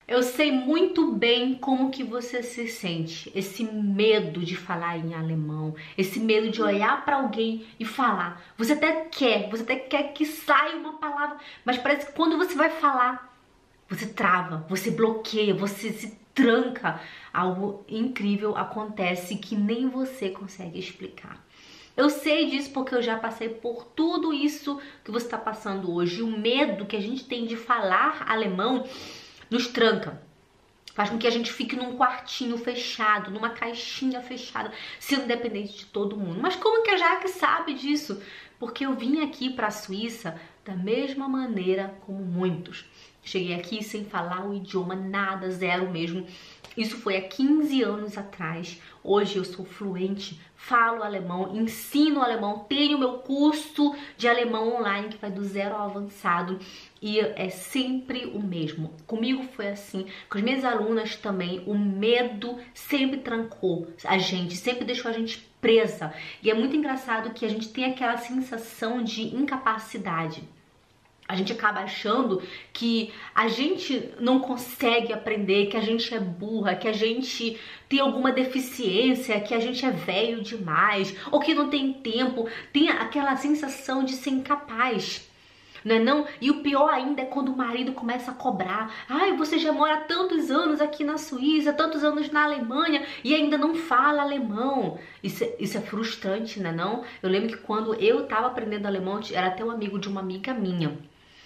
Eu sei muito bem como que você se sente, esse medo de falar em alemão, esse medo de olhar para alguém e falar. Você até quer que saia uma palavra, mas parece que quando você vai falar, você trava, você bloqueia, você se tranca. Algo incrível acontece que nem você consegue explicar. Eu sei disso porque eu já passei por tudo isso que você está passando hoje. O medo que a gente tem de falar alemão nos tranca. Faz com que a gente fique num quartinho fechado, numa caixinha fechada, sendo dependente de todo mundo. Mas como que a Jaque sabe disso? Porque eu vim aqui para a Suíça da mesma maneira como muitos. Cheguei aqui sem falar o idioma, nada, zero mesmo. Isso foi há 15 anos atrás. Hoje eu sou fluente, falo alemão, ensino alemão, tenho meu curso de alemão online que vai do zero ao avançado e é sempre o mesmo. Comigo foi assim, com as minhas alunas também, o medo sempre trancou a gente, sempre deixou a gente presa. E é muito engraçado que a gente tem aquela sensação de incapacidade. A gente acaba achando que a gente não consegue aprender, que a gente é burra, que a gente tem alguma deficiência, que a gente é velho demais, ou que não tem tempo. Tem aquela sensação de ser incapaz, não é não? E o pior ainda é quando o marido começa a cobrar. Ai, você já mora tantos anos aqui na Suíça, tantos anos na Alemanha e ainda não fala alemão. Isso é frustrante, né não? Eu lembro que quando eu tava aprendendo alemão, era até um amigo de uma amiga minha.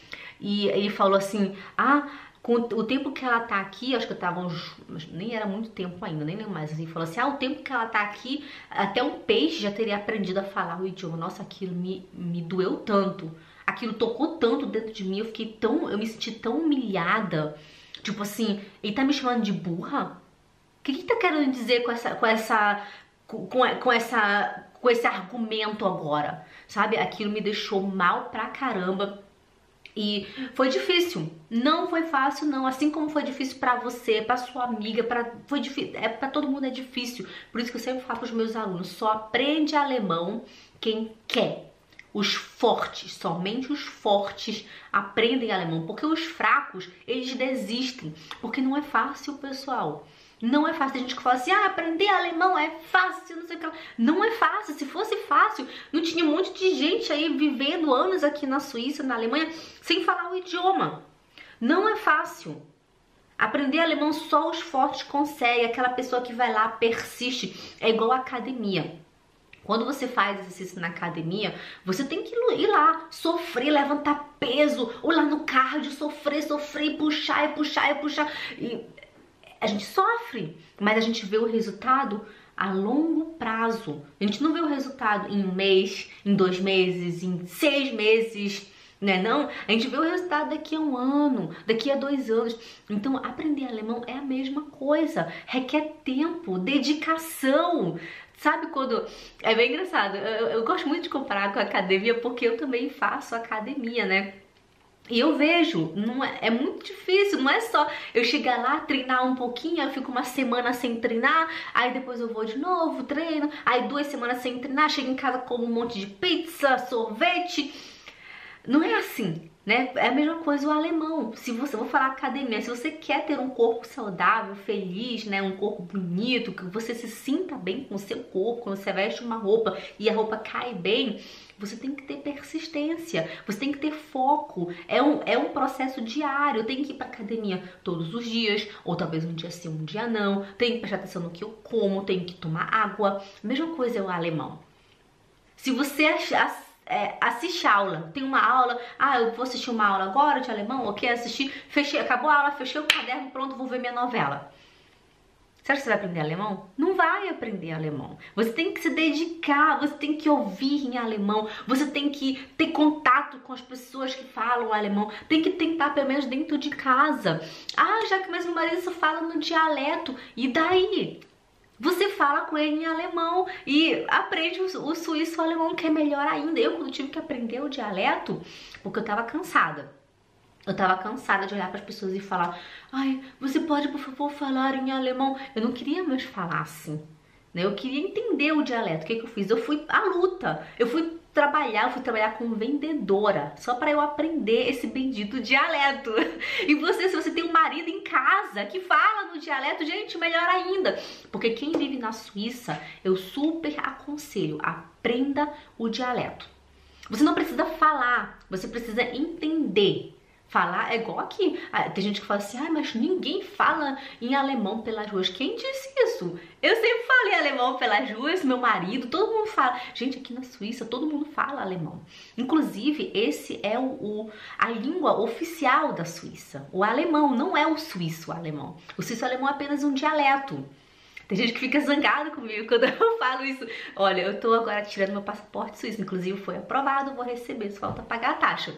E ele falou assim, com o tempo que ela tá aqui, acho que eu tava nem era muito tempo ainda, nem lembro mais, assim, falou assim, o tempo que ela tá aqui, até um peixe já teria aprendido a falar o idioma. Nossa, aquilo me doeu tanto, aquilo tocou tanto dentro de mim, eu me senti tão humilhada, tipo assim, ele tá me chamando de burra? O que tá querendo dizer com esse argumento agora, sabe? Aquilo me deixou mal pra caramba. E foi difícil, não foi fácil não, assim como foi difícil pra você, pra sua amiga, foi difícil, pra todo mundo é difícil. Por isso que eu sempre falo pros meus alunos, só aprende alemão quem quer. Os fortes, somente os fortes aprendem alemão, porque os fracos, eles desistem, porque não é fácil, pessoal. Não é fácil. Tem gente que fala assim, aprender alemão é fácil, não sei o que. Não é fácil. Se fosse fácil, não tinha um monte de gente aí vivendo anos aqui na Suíça, na Alemanha, sem falar o idioma. Não é fácil. Aprender alemão só os fortes conseguem. Aquela pessoa que vai lá, persiste. É igual a academia. Quando você faz exercício na academia, você tem que ir lá, sofrer, levantar peso, ou lá no cardio, sofrer, e puxar, e puxar, e puxar. E a gente sofre, mas a gente vê o resultado a longo prazo. A gente não vê o resultado em um mês, em 2 meses, em 6 meses, né não? A gente vê o resultado daqui a 1 ano, daqui a 2 anos. Então, aprender alemão é a mesma coisa. Requer tempo, dedicação. Sabe quando... É bem engraçado. Eu gosto muito de comparar com a academia, porque eu também faço academia, né? E eu vejo, não é muito difícil, não é só eu chegar lá, treinar um pouquinho, eu fico uma semana sem treinar, aí depois eu vou de novo, treino, aí 2 semanas sem treinar, chego em casa como um monte de pizza, sorvete. Não é assim, né? É a mesma coisa o alemão. Se você, vou falar academia, se você quer ter um corpo saudável, feliz, né? Um corpo bonito, que você se sinta bem com o seu corpo, quando você veste uma roupa e a roupa cai bem, você tem que ter persistência, você tem que ter foco. É um processo diário. Eu tenho que ir pra academia todos os dias, ou talvez um dia sim, um dia não. Tenho que prestar atenção no que eu como, tenho que tomar água. A mesma coisa é o alemão. Se você assiste aula, tem uma aula, eu vou assistir uma aula agora de alemão, ok, assistir, fechei, acabou a aula, fechei o caderno, pronto, vou ver minha novela. Será que você vai aprender alemão? Não vai aprender alemão. Você tem que se dedicar, você tem que ouvir em alemão, você tem que ter contato com as pessoas que falam alemão, tem que tentar pelo menos dentro de casa. Já que mais meu marido só fala no dialeto, e daí? Você fala com ele em alemão e aprende o suíço alemão, que é melhor ainda. Eu, quando tive que aprender o dialeto, porque eu tava cansada. Eu tava cansada de olhar para as pessoas e falar, você pode, por favor, falar em alemão? Eu não queria mais falar assim, né? Eu queria entender o dialeto. O que eu fiz? Eu fui à luta. Eu fui eu fui trabalhar como vendedora, só para eu aprender esse bendito dialeto. E você, se você tem um marido em casa que fala no dialeto, gente, melhor ainda. Porque quem vive na Suíça, eu super aconselho, aprenda o dialeto. Você não precisa falar, você precisa entender. Falar é igual aqui. Tem gente que fala assim, mas ninguém fala em alemão pelas ruas. Quem disse isso? Eu sempre falei alemão pelas ruas, meu marido, todo mundo fala. Gente, aqui na Suíça, todo mundo fala alemão. Inclusive, esse é a língua oficial da Suíça. O alemão não é o suíço alemão. O suíço alemão é apenas um dialeto. Tem gente que fica zangada comigo quando eu falo isso. Olha, eu tô agora tirando meu passaporte suíço. Inclusive, foi aprovado, vou receber, só falta pagar a taxa.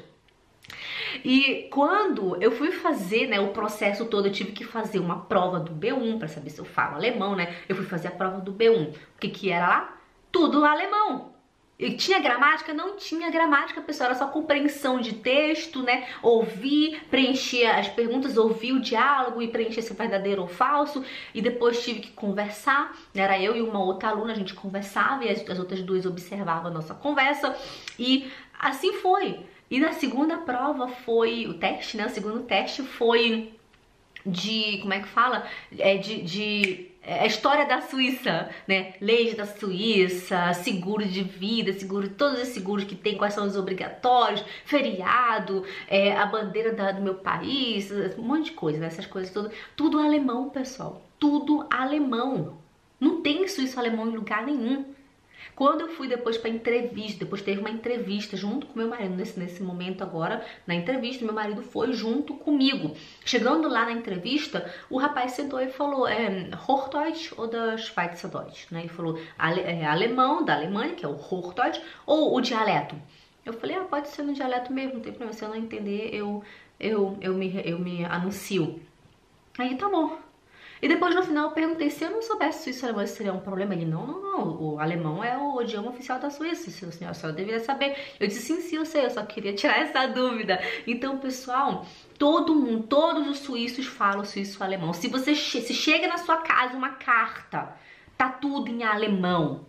E quando eu fui fazer, né, o processo todo, eu tive que fazer uma prova do B1 para saber se eu falo alemão, né? Eu fui fazer a prova do B1. O que era lá? Tudo alemão. E tinha gramática? Não tinha gramática, pessoal, era só compreensão de texto, né? Ouvir, preencher as perguntas, ouvir o diálogo e preencher se é verdadeiro ou falso. E depois tive que conversar, era eu e uma outra aluna, a gente conversava e as outras duas observavam a nossa conversa. E assim foi. E na segunda prova foi o teste, né? O segundo teste foi de, como é que fala? A história da Suíça, né? Leis da Suíça, seguro de vida, seguro, todos os seguros que tem, quais são os obrigatórios, feriado, a bandeira do meu país, um monte de coisa, né? Essas coisas todas. Tudo alemão, pessoal. Tudo alemão. Não tem suíço alemão em lugar nenhum. Quando eu fui depois para entrevista, depois teve uma entrevista junto com meu marido, nesse momento agora, na entrevista, meu marido foi junto comigo. Chegando lá na entrevista, o rapaz sentou e falou, Hochdeutsch ou Schweizerdeutsch, né? Ele falou, alemão, da Alemanha, que é o Hochdeutsch, ou o dialeto. Eu falei, pode ser no dialeto mesmo, não tem problema, se eu não entender, eu me anuncio. Aí, tá bom. E depois no final eu perguntei se eu não soubesse suíço alemão, isso seria um problema. Ele, não, o alemão é o idioma oficial da Suíça, se a senhora deveria saber. Eu disse, sim, eu sei, eu só queria tirar essa dúvida. Então, pessoal, todo mundo, todos os suíços falam suíço alemão. Se você chega na sua casa uma carta, tá tudo em alemão.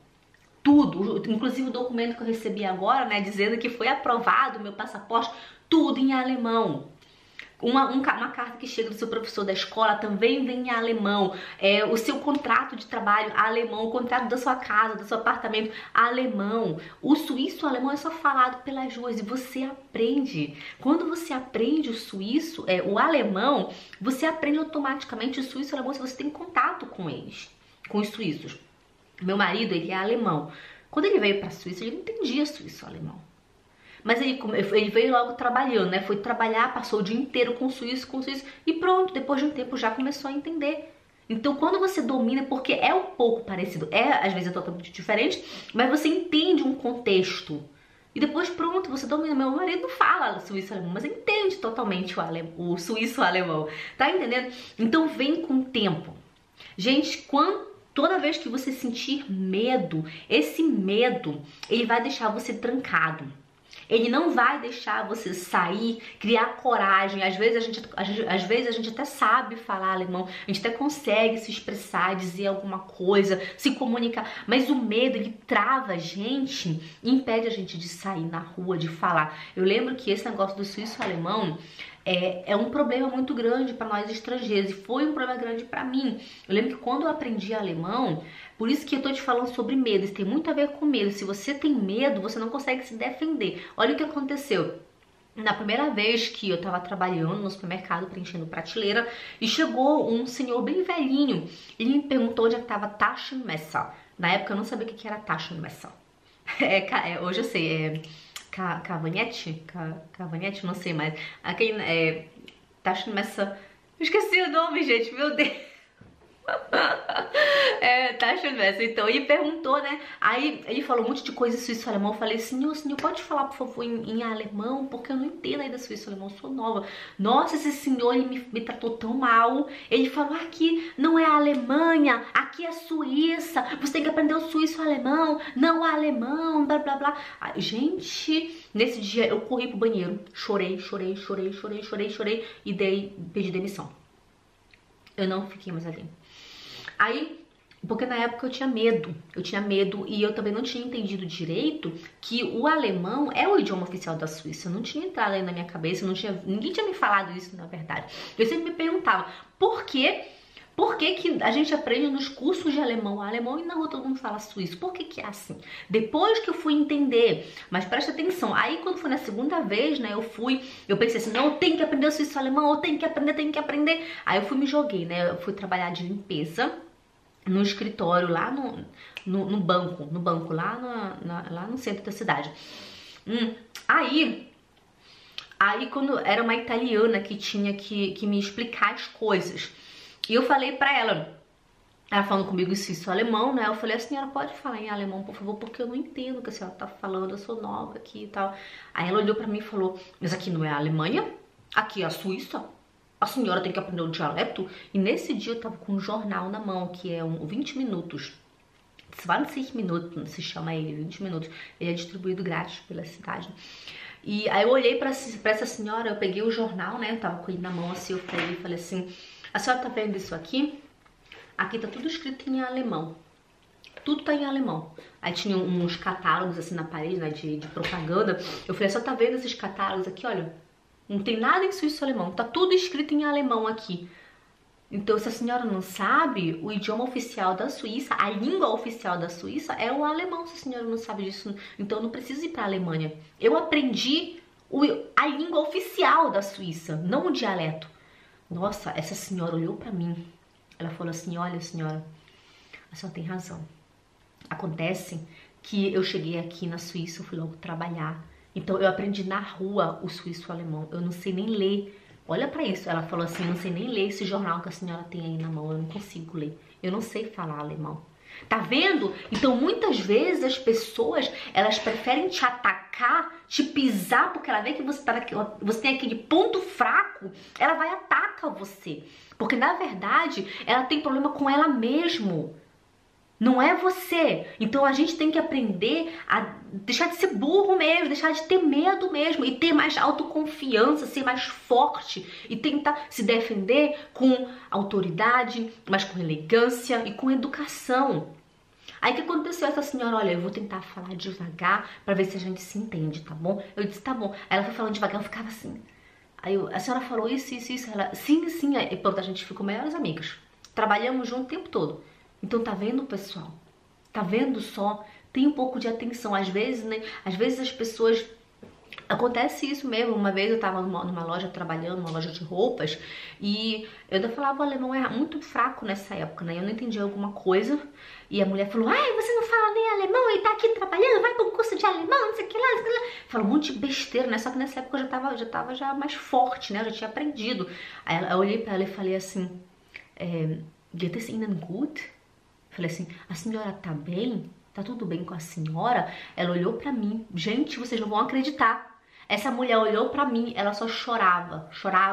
Tudo, inclusive o documento que eu recebi agora, né, dizendo que foi aprovado o meu passaporte, tudo em alemão. Uma carta que chega do seu professor da escola também vem em alemão. O seu contrato de trabalho alemão, o contrato da sua casa, do seu apartamento alemão. O suíço alemão é só falado pelas ruas e você aprende. Quando você aprende o suíço, o alemão, você aprende automaticamente o suíço alemão se você tem contato com eles, com os suíços. Meu marido, ele é alemão. Quando ele veio para a Suíça, ele não entendia suíço alemão. Mas ele veio logo trabalhando, né? Foi trabalhar, passou o dia inteiro com suíço, e pronto, depois de um tempo já começou a entender. Então, quando você domina, porque é um pouco parecido, às vezes é totalmente diferente, mas você entende um contexto. E depois, pronto, você domina. Meu marido não fala suíço alemão, mas entende totalmente o suíço alemão. Tá entendendo? Então, vem com o tempo. Gente, toda vez que você sentir medo, esse medo, ele vai deixar você trancado. Ele não vai deixar você sair, criar coragem. Às vezes a gente até sabe falar alemão, a gente até consegue se expressar, dizer alguma coisa, se comunicar. Mas o medo, ele trava a gente e impede a gente de sair na rua, de falar. Eu lembro que esse negócio do suíço-alemão é um problema muito grande para nós estrangeiros e foi um problema grande para mim. Eu lembro que quando eu aprendi alemão, por isso que eu tô te falando sobre medo, isso tem muito a ver com medo. Se você tem medo, você não consegue se defender. Olha o que aconteceu. Na primeira vez que eu tava trabalhando no supermercado, preenchendo prateleira, e chegou um senhor bem velhinho, ele me perguntou onde é que tava Taschenmesser. Na época eu não sabia o que era Taschenmesser. Hoje eu sei, Cavanete, não sei mais. Aquele Taschenmesser. Esqueci o nome, gente, meu Deus. Taschenmesser. Então ele perguntou, né? Aí ele falou um monte de coisa em suíço-alemão. Eu falei, senhor, pode falar por favor em alemão? Porque eu não entendo ainda suíço-alemão, eu sou nova. Nossa, esse senhor, ele me tratou tão mal. Ele falou, aqui não é a Alemanha, aqui é Suíça, você tem que aprender o suíço-alemão, não o alemão, blá blá blá. Gente, nesse dia eu corri pro banheiro, chorei e pedi demissão. Eu não fiquei mais ali. Aí Porque na época eu tinha medo e eu também não tinha entendido direito que o alemão é o idioma oficial da Suíça. Não tinha entrado aí na minha cabeça, ninguém tinha me falado isso, na verdade. Eu sempre me perguntava, por quê? Por que que a gente aprende nos cursos de alemão e na rua todo mundo fala suíço? Por que que é assim? Depois que eu fui entender, mas presta atenção, aí quando foi na segunda vez, né, eu pensei assim, não, eu tenho que aprender o suíço alemão, eu tenho que aprender. Aí eu me joguei, né, eu fui trabalhar de limpeza no escritório, lá no banco, lá no centro da cidade. Aí quando era uma italiana que tinha que me explicar as coisas, e eu falei pra ela falando comigo em suíço-alemão, né? Eu falei, a senhora pode falar em alemão, por favor, porque eu não entendo o que a senhora tá falando, eu sou nova aqui e tal. Aí ela olhou pra mim e falou, mas aqui não é a Alemanha? Aqui é a Suíça? A senhora tem que aprender o dialeto? E nesse dia eu tava com um jornal na mão, que é 20 minutos. 20 minutos, se chama ele, 20 minutos. Ele é distribuído grátis pela cidade. E aí eu olhei pra essa senhora, eu peguei o jornal, né? Eu tava com ele na mão assim, eu falei assim, a senhora tá vendo isso aqui? Aqui tá tudo escrito em alemão. Tudo tá em alemão. Aí tinha uns catálogos assim na parede, né, de propaganda. Eu falei, a senhora tá vendo esses catálogos aqui? Olha, não tem nada em suíço-alemão. Tá tudo escrito em alemão aqui. Então, se a senhora não sabe, o idioma oficial da Suíça, a língua oficial da Suíça é o alemão. Se a senhora não sabe disso, então eu não preciso ir pra Alemanha. Eu aprendi a língua oficial da Suíça, não o dialeto. Nossa, essa senhora olhou pra mim. Ela falou assim, olha senhora, a senhora tem razão. Acontece que eu cheguei aqui na Suíça, eu fui logo trabalhar. Então eu aprendi na rua o suíço-alemão. Eu não sei nem ler. Olha pra isso. Ela falou assim, eu não sei nem ler esse jornal que a senhora tem aí na mão. Eu não consigo ler. Eu não sei falar alemão. Tá vendo? Então muitas vezes as pessoas, elas preferem te atacar, te pisar, porque ela vê que você tem aquele ponto fraco, ela vai atacar você. Porque na verdade, ela tem problema com ela mesma. Não é você. Então a gente tem que aprender a deixar de ser burro mesmo, deixar de ter medo mesmo e ter mais autoconfiança, ser mais forte e tentar se defender com autoridade, mas com elegância e com educação. Aí o que aconteceu? Essa senhora, olha, eu vou tentar falar devagar pra ver se a gente se entende, tá bom? Eu disse, tá bom. Aí ela foi falando devagar, eu ficava assim. Aí a senhora falou isso. Ela, sim. Aí pronto, a gente ficou melhores amigas. Trabalhamos junto o tempo todo. Então tá vendo, pessoal? Tá vendo só? Tem um pouco de atenção. Às vezes, né? Às vezes as pessoas... Acontece isso mesmo. Uma vez eu tava numa loja trabalhando, numa loja de roupas, e eu ainda falava o alemão era muito fraco nessa época, né? Eu não entendia alguma coisa. E a mulher falou, ai, você não fala nem alemão e tá aqui trabalhando, vai pra um curso de alemão, não sei o que lá, não sei o que lá. Falou um monte de besteira, né? Só que nessa época eu já tava mais forte, né? Eu já tinha aprendido. Aí eu olhei pra ela e falei assim, geht es Ihnen gut? Falei assim, a senhora tá bem? Tá tudo bem com a senhora? Ela olhou pra mim. Gente, vocês não vão acreditar. Essa mulher olhou pra mim, ela só chorava.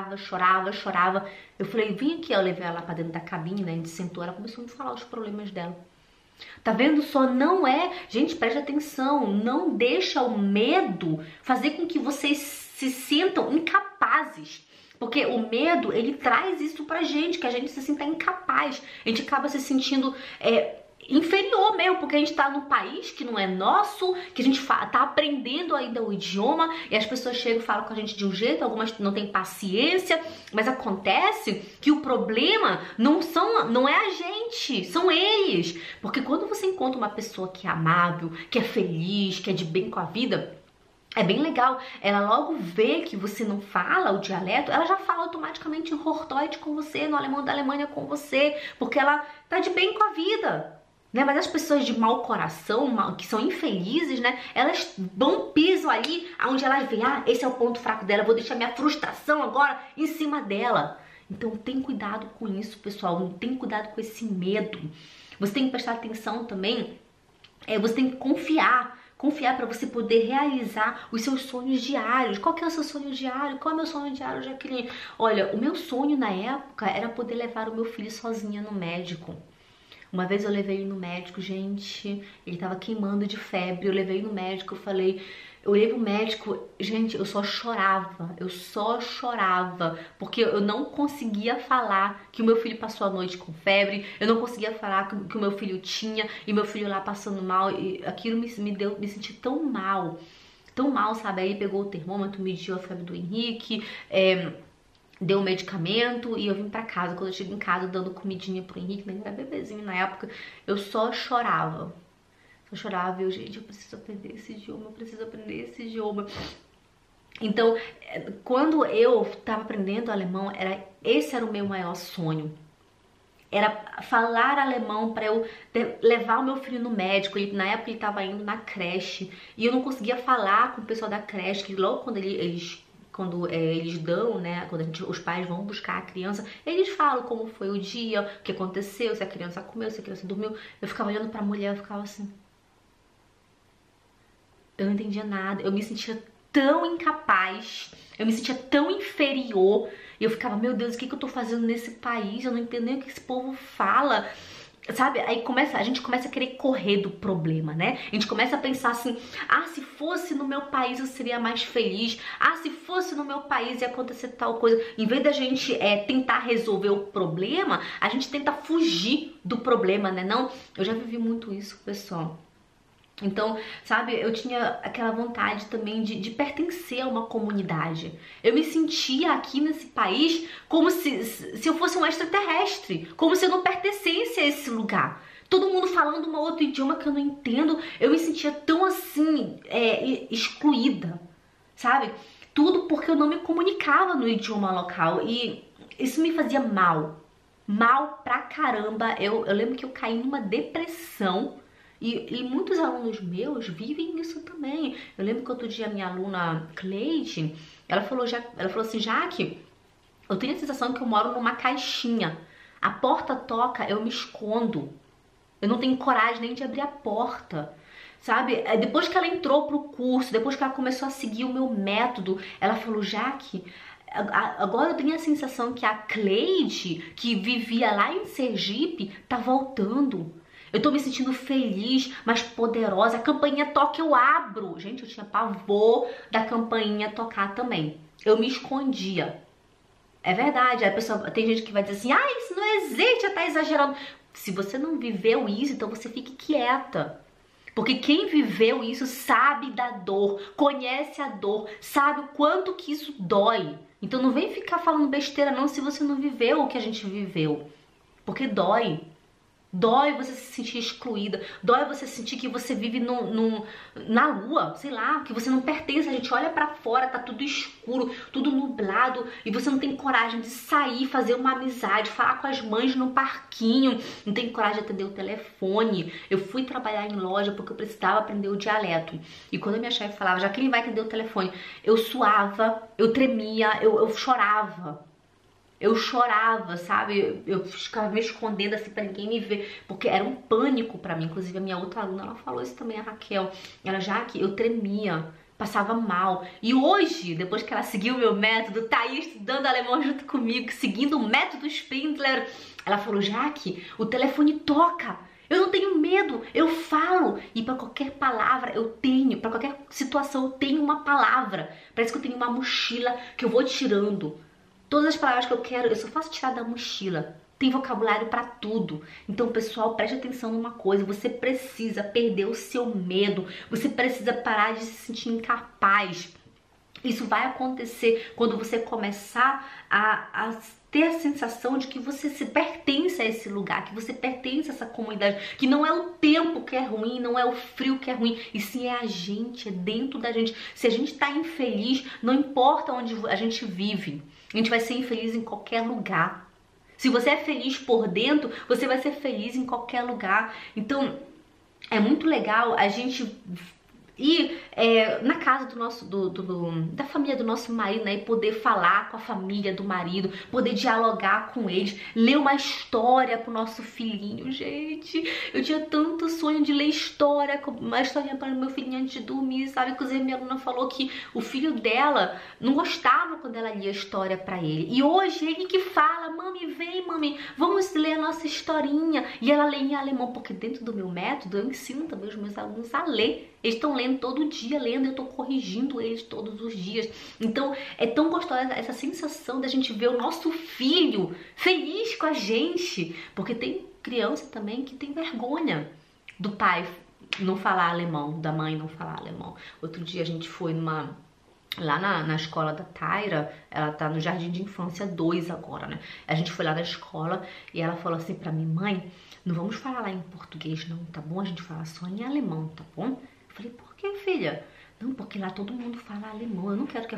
Eu falei, vem aqui. Eu levei ela pra dentro da cabine, né? A gente sentou, ela começou a me falar os problemas dela. Tá vendo só? Não é... Gente, preste atenção. Não deixa o medo fazer com que vocês se sintam incapazes. Porque o medo, ele traz isso pra gente, que a gente se sinta incapaz. A gente acaba se sentindo inferior mesmo, porque a gente tá num país que não é nosso, que a gente tá aprendendo ainda o idioma, e as pessoas chegam e falam com a gente de um jeito, algumas não têm paciência, mas acontece que o problema não é a gente, são eles. Porque quando você encontra uma pessoa que é amável, que é feliz, que é de bem com a vida... É bem legal, ela logo vê que você não fala o dialeto, ela já fala automaticamente em Hochdeutsch com você, no alemão da Alemanha com você, porque ela tá de bem com a vida, né? Mas as pessoas de mau coração, que são infelizes, né? Elas dão piso ali, onde elas veem, esse é o ponto fraco dela, vou deixar minha frustração agora em cima dela. Então tem cuidado com isso, pessoal, tem cuidado com esse medo. Você tem que prestar atenção também, você tem que confiar para você poder realizar os seus sonhos diários. Qual que é o seu sonho diário? Qual é o meu sonho diário, Jaqueline? Olha, o meu sonho na época era poder levar o meu filho sozinha no médico. Uma vez eu levei ele no médico, gente, ele tava queimando de febre, eu levei no médico, eu falei, Eu olhei pro médico, gente, eu só chorava, porque eu não conseguia falar que o meu filho passou a noite com febre, eu não conseguia falar que o meu filho tinha, e meu filho lá passando mal, e aquilo me senti tão mal, sabe? Aí pegou o termômetro, mediu a febre do Henrique, deu um medicamento e eu vim pra casa. Quando eu cheguei em casa dando comidinha pro Henrique, né, ele era bebezinho na época, eu só chorava. Eu chorava e eu, gente, eu preciso aprender esse idioma, Então, quando eu tava aprendendo alemão, esse era o meu maior sonho. Era falar alemão para eu levar o meu filho no médico. Na época ele tava indo na creche e eu não conseguia falar com o pessoal da creche, que logo quando eles dão, né, quando os pais vão buscar a criança, eles falam como foi o dia, o que aconteceu, se a criança comeu, se a criança dormiu. Eu ficava olhando pra mulher, eu ficava assim, eu não entendia nada, eu me sentia tão incapaz, eu me sentia tão inferior, e eu ficava, meu Deus, o que eu tô fazendo nesse país? Eu não entendo nem o que esse povo fala, sabe? Aí a gente começa a querer correr do problema, né? A gente começa a pensar assim, se fosse no meu país eu seria mais feliz, se fosse no meu país ia acontecer tal coisa. Em vez da gente tentar resolver o problema, a gente tenta fugir do problema, né? Não, eu já vivi muito isso, pessoal. Então, sabe, eu tinha aquela vontade também de pertencer a uma comunidade. Eu me sentia aqui nesse país como se eu fosse um extraterrestre, como se eu não pertencesse a esse lugar. Todo mundo falando um outro idioma que eu não entendo, eu me sentia tão assim, excluída, sabe? Tudo porque eu não me comunicava no idioma local e isso me fazia mal pra caramba. Eu lembro que eu caí numa depressão. E muitos alunos meus vivem isso também. Eu lembro que outro dia a minha aluna Cleide, ela falou assim, Jaque, eu tenho a sensação que eu moro numa caixinha. A porta toca, eu me escondo. Eu não tenho coragem nem de abrir a porta, sabe? Depois que ela entrou pro curso, depois que ela começou a seguir o meu método, ela falou, Jaque, agora eu tenho a sensação que a Cleide, que vivia lá em Sergipe, tá voltando. Eu tô me sentindo feliz, mais poderosa. A campainha toca, eu abro. Gente, eu tinha pavor da campainha tocar também. Eu me escondia. É verdade. A pessoa, tem gente que vai dizer assim, isso não existe, já tá exagerando. Se você não viveu isso, então você fique quieta. Porque quem viveu isso sabe da dor, conhece a dor, sabe o quanto que isso dói. Então não vem ficar falando besteira não se você não viveu o que a gente viveu. Porque dói. Dói você se sentir excluída, dói você sentir que você vive na lua, sei lá, que você não pertence. A gente olha pra fora, tá tudo escuro, tudo nublado, e você não tem coragem de sair, fazer uma amizade, falar com as mães no parquinho, não tem coragem de atender o telefone. Eu fui trabalhar em loja porque eu precisava aprender o dialeto, e quando a minha chefe falava, já quem vai atender o telefone, eu suava, eu tremia, eu chorava. Eu chorava, sabe? Eu ficava me escondendo assim pra ninguém me ver, porque era um pânico pra mim. Inclusive a minha outra aluna, ela falou isso também, a Raquel. Ela, Jaque, eu tremia, passava mal. E hoje, depois que ela seguiu o meu método, tá aí estudando alemão junto comigo, seguindo o método Spindler, ela falou, Jaque, o telefone toca. Eu não tenho medo, eu falo. E pra qualquer palavra eu tenho, pra qualquer situação eu tenho uma palavra. Parece que eu tenho uma mochila que eu vou tirando. Todas as palavras que eu quero, eu só faço tirar da mochila. Tem vocabulário pra tudo. Então, pessoal, preste atenção numa coisa. Você precisa perder o seu medo. Você precisa parar de se sentir incapaz. Isso vai acontecer quando você começar a ter a sensação de que você se pertence a esse lugar, que você pertence a essa comunidade, que não é o tempo que é ruim, não é o frio que é ruim, e sim é a gente, é dentro da gente. Se a gente tá infeliz, não importa onde a gente vive, a gente vai ser infeliz em qualquer lugar. Se você é feliz por dentro, você vai ser feliz em qualquer lugar. Então, é muito legal a gente ir na casa da família do nosso marido, né, e poder falar com a família do marido, poder dialogar com eles, ler uma história pro nosso filhinho. Gente, eu tinha tanto sonho de ler história, uma historinha para o meu filhinho antes de dormir, sabe? Inclusive minha aluna falou que o filho dela não gostava quando ela lia história para ele, e hoje ele que fala, mami, vem mami, vamos ler a nossa historinha, e ela lê em alemão, porque dentro do meu método eu ensino também os meus alunos a ler. Eles estão lendo lendo todo dia, lendo, eu tô corrigindo eles todos os dias. Então é tão gostosa essa sensação da gente ver o nosso filho feliz com a gente, porque tem criança também que tem vergonha do pai não falar alemão, da mãe não falar alemão. Outro dia a gente foi lá na escola da Taira, ela tá no Jardim de Infância 2 agora, né? A gente foi lá na escola e ela falou assim pra mim: mãe, não vamos falar lá em português não, tá bom? A gente fala só em alemão, tá bom? Eu falei: por que, filha? Não, porque lá todo mundo fala alemão, eu não quero que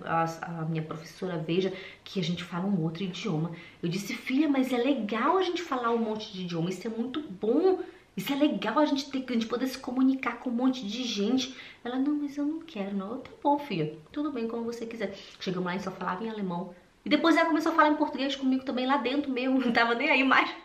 a minha professora veja que a gente fala um outro idioma. Eu disse: filha, mas é legal a gente falar um monte de idioma, isso é muito bom. Isso é legal a gente poder se comunicar com um monte de gente. Ela: não, mas eu não quero, não. Eu: tá bom, filha, tudo bem, como você quiser. Chegamos lá e só falava em alemão. E depois ela começou a falar em português comigo também lá dentro mesmo, não tava nem aí mais.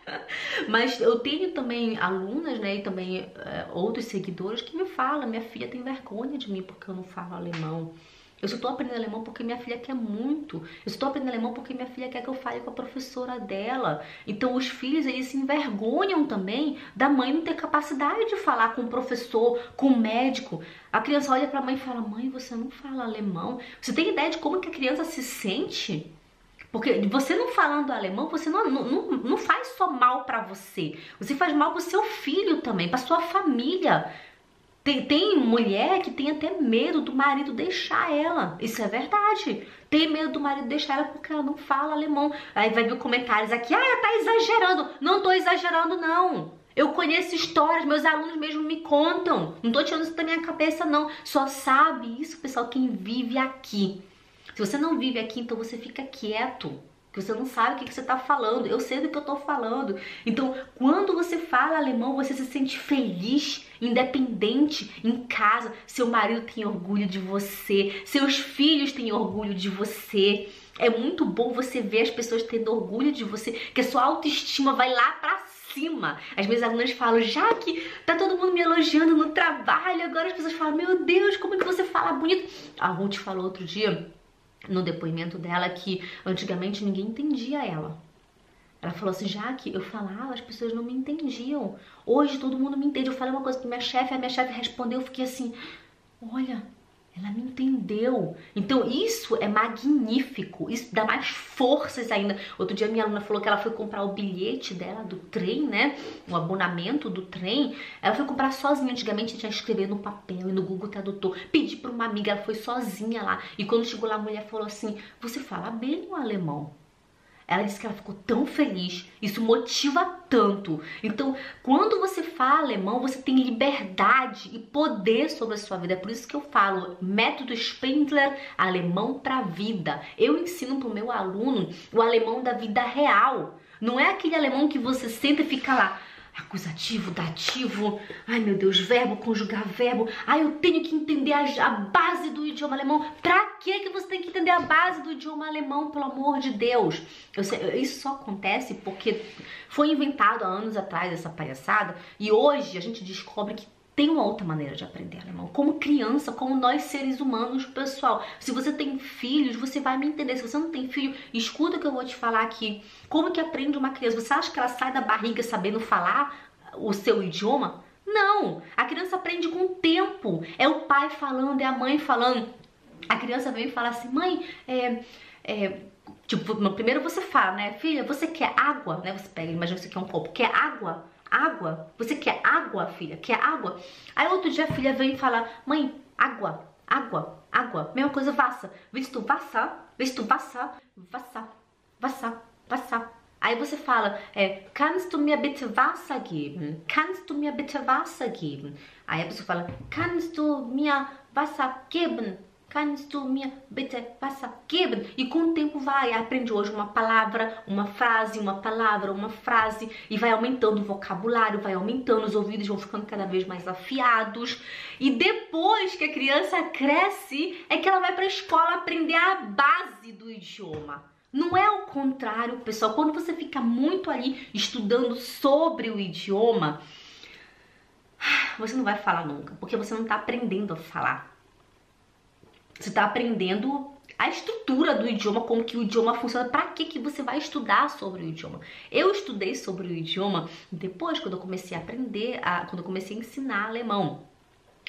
Mas eu tenho também alunas, né, e também outros seguidores que me falam: minha filha tem vergonha de mim porque eu não falo alemão. Eu só tô aprendendo alemão porque minha filha quer muito. Eu só tô aprendendo alemão porque minha filha quer que eu fale com a professora dela. Então os filhos, eles se envergonham também da mãe não ter capacidade de falar com o professor, com o médico. A criança olha pra mãe e fala: mãe, você não fala alemão. Você tem ideia de como que a criança se sente? Porque você não falando alemão, você não faz só mal pra você. Você faz mal pro seu filho também, pra sua família. Tem mulher que tem até medo do marido deixar ela. Isso é verdade. Tem medo do marido deixar ela porque ela não fala alemão. Aí vai ver comentários aqui: ah, tá exagerando. Não tô exagerando, não. Eu conheço histórias, meus alunos mesmo me contam. Não tô tirando isso da minha cabeça, não. Só sabe isso, pessoal, quem vive aqui. Se você não vive aqui, então você fica quieto. Que você não sabe o que você está falando. Eu sei do que eu estou falando. Então, quando você fala alemão, você se sente feliz, independente, em casa. Seu marido tem orgulho de você. Seus filhos têm orgulho de você. É muito bom você ver as pessoas tendo orgulho de você, que a sua autoestima vai lá pra cima. As minhas alunas falam: já que tá todo mundo me elogiando no trabalho, agora as pessoas falam: meu Deus, como é que você fala bonito. A Ruth falou outro dia, no depoimento dela, que antigamente ninguém entendia ela. Ela falou assim: já que eu falava, as pessoas não me entendiam. Hoje todo mundo me entende. Eu falei uma coisa pra minha chefe, a minha chefe respondeu, eu fiquei assim: olha, ela me entendeu. Então isso é magnífico, isso dá mais forças ainda. Outro dia minha aluna falou que ela foi comprar o bilhete dela do trem, né, o abonamento do trem. Ela foi comprar sozinha. Antigamente tinha que escrever no papel e no Google Tradutor. Pedi pra uma amiga, ela foi sozinha lá. E quando chegou lá, a mulher falou assim: você fala bem o alemão. Ela disse que ela ficou tão feliz, isso motiva tanto. Então, quando você fala alemão, você tem liberdade e poder sobre a sua vida. É por isso que eu falo método Spindler, alemão para vida. Eu ensino para o meu aluno o alemão da vida real. Não é aquele alemão que você senta e fica lá: acusativo, dativo, ai meu Deus, verbo, conjugar verbo, ai eu tenho que entender a base do idioma alemão. Pra que você tem que entender a base do idioma alemão, pelo amor de Deus? Isso só acontece porque foi inventado há anos atrás essa palhaçada, e hoje a gente descobre que tem uma outra maneira de aprender alemão. Como criança, como nós seres humanos, pessoal. Se você tem filhos, você vai me entender. Se você não tem filho, escuta o que eu vou te falar aqui. Como que aprende uma criança? Você acha que ela sai da barriga sabendo falar o seu idioma? Não! A criança aprende com o tempo. É o pai falando, é a mãe falando. A criança vem e fala assim: mãe, tipo, primeiro você fala, né? Filha, você quer água? Né? Você pega, imagina que você quer um copo. Quer água? Água? Você quer água, filha? Quer água? Aí outro dia a filha vem e fala: mãe, água, água, água. Mesma coisa, Wasser. Willst du Wasser? Willst du Wasser? Wasser, Wasser, Wasser. Aí você fala: kannst du mir bitte Wasser geben? Kannst du mir bitte Wasser geben? Aí a pessoa fala: kannst du mir Wasser geben? Kannst du mir bitte Wasser geben? E com o tempo vai, aprende hoje uma palavra, uma frase, uma palavra, uma frase, e vai aumentando o vocabulário, vai aumentando, os ouvidos vão ficando cada vez mais afiados. E depois que a criança cresce, é que ela vai para a escola aprender a base do idioma. Não é o contrário, pessoal. Quando você fica muito ali estudando sobre o idioma, você não vai falar nunca, porque você não está aprendendo a falar. Você está aprendendo a estrutura do idioma, como que o idioma funciona. Para que você vai estudar sobre o idioma? Eu estudei sobre o idioma depois, quando eu comecei a aprender, quando eu comecei a ensinar alemão.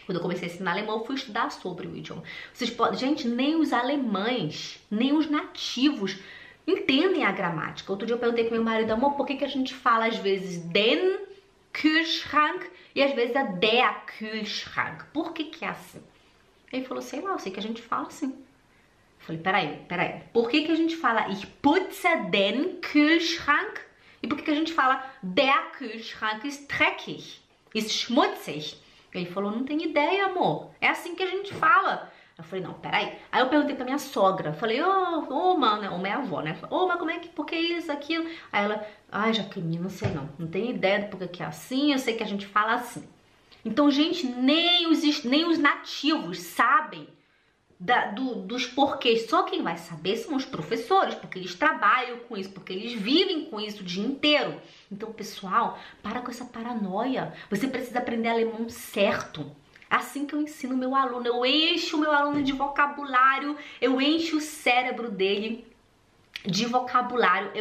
Quando eu comecei a ensinar alemão, eu fui estudar sobre o idioma. Vocês podem, gente, nem os alemães, nem os nativos entendem a gramática. Outro dia eu perguntei pro meu marido, amor, por que a gente fala às vezes den Kühlschrank e às vezes der Kühlschrank? Por que é assim? Ele falou, sei lá, eu sei que a gente fala assim. Eu falei, peraí. Por que a gente fala ich putze den Kühlschrank? E por que a gente fala der Kühlschrank ist dreckig, ist schmutzig? Ele falou, não tem ideia, amor. É assim que a gente fala. Eu falei, não, peraí. Aí eu perguntei pra minha sogra. Falei, ô, mano, ô, minha avó, né? Ô, mas como é que, por que isso, aquilo? Aí ela, ai, Jaqueline, não sei não. Não tenho ideia do porquê que é assim, eu sei que a gente fala assim. Então, gente, nem os nativos sabem dos porquês. Só quem vai saber são os professores, porque eles trabalham com isso, porque eles vivem com isso o dia inteiro. Então, pessoal, para com essa paranoia. Você precisa aprender alemão certo. Assim que eu ensino meu aluno, eu encho o meu aluno de vocabulário, eu encho o cérebro dele de vocabulário,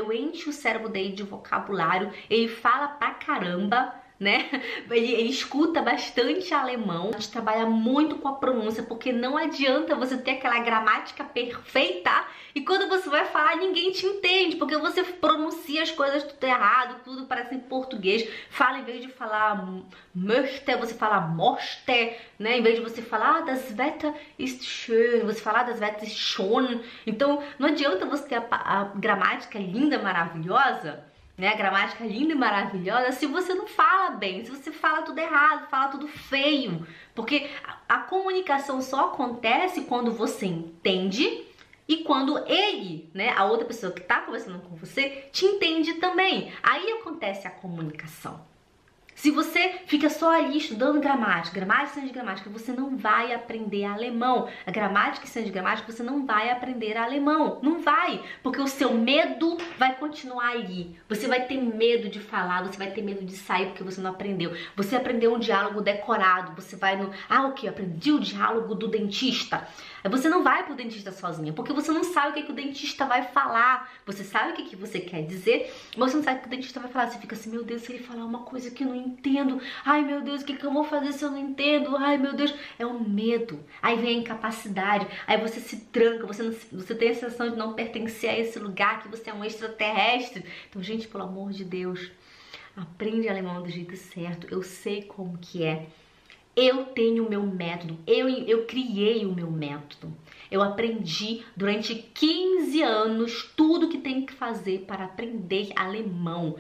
ele fala pra caramba, né? Ele escuta bastante alemão. A gente trabalha muito com a pronúncia, porque não adianta você ter aquela gramática perfeita e quando você vai falar ninguém te entende, porque você pronuncia as coisas tudo errado, tudo parece em português. Fala, em vez de falar möchte, você fala mochte, né? Em vez de você falar das Wetter ist schön, você falar das Wetter ist schon. Então não adianta você ter a gramática linda, maravilhosa, né, a gramática linda e maravilhosa, se você não fala bem, se você fala tudo errado, fala tudo feio. Porque a comunicação só acontece quando você entende e quando ele, né, a outra pessoa que tá conversando com você, te entende também. Aí acontece a comunicação. Se você fica só ali estudando gramática e cena de gramática, você não vai aprender alemão. A gramática e cena de gramática, você não vai aprender alemão. Não vai, porque o seu medo vai continuar ali. Você vai ter medo de falar, você vai ter medo de sair porque você não aprendeu. Você aprendeu um diálogo decorado, você vai no... Ah, ok, eu aprendi o diálogo do dentista. Você não vai pro dentista sozinha, porque você não sabe o que o dentista vai falar. Você sabe o que você quer dizer, mas você não sabe o que o dentista vai falar. Você fica assim, meu Deus, se ele falar uma coisa que eu não entendo, ai meu Deus, o que eu vou fazer se eu não entendo? Ai meu Deus, é o medo. Aí vem a incapacidade, aí você se tranca, você tem a sensação de não pertencer a esse lugar, que você é um extraterrestre. Então, gente, pelo amor de Deus, aprende alemão do jeito certo. Eu sei como que é. Eu tenho o meu método, eu criei o meu método. Eu aprendi durante 15 anos tudo que tem que fazer para aprender alemão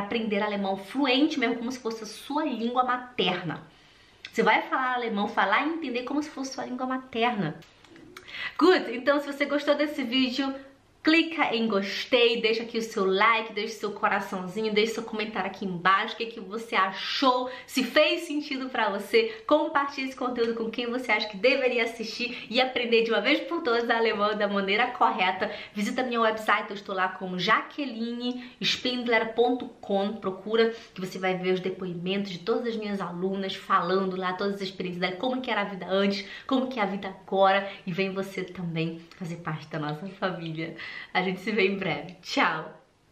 fluente mesmo, como se fosse a sua língua materna. Você vai falar alemão, falar e entender como se fosse a sua língua materna. Good, então se você gostou desse vídeo, clica em gostei, deixa aqui o seu like, deixa o seu coraçãozinho, deixa seu comentário aqui embaixo, o que você achou, se fez sentido pra você, compartilhe esse conteúdo com quem você acha que deveria assistir e aprender de uma vez por todas alemão da maneira correta. Visita minha website, eu estou lá como jaquelinespindler.com, procura que você vai ver os depoimentos de todas as minhas alunas falando lá, todas as experiências dela, como que era a vida antes, como que é a vida agora, e vem você também fazer parte da nossa família. A gente se vê em breve. Tchau!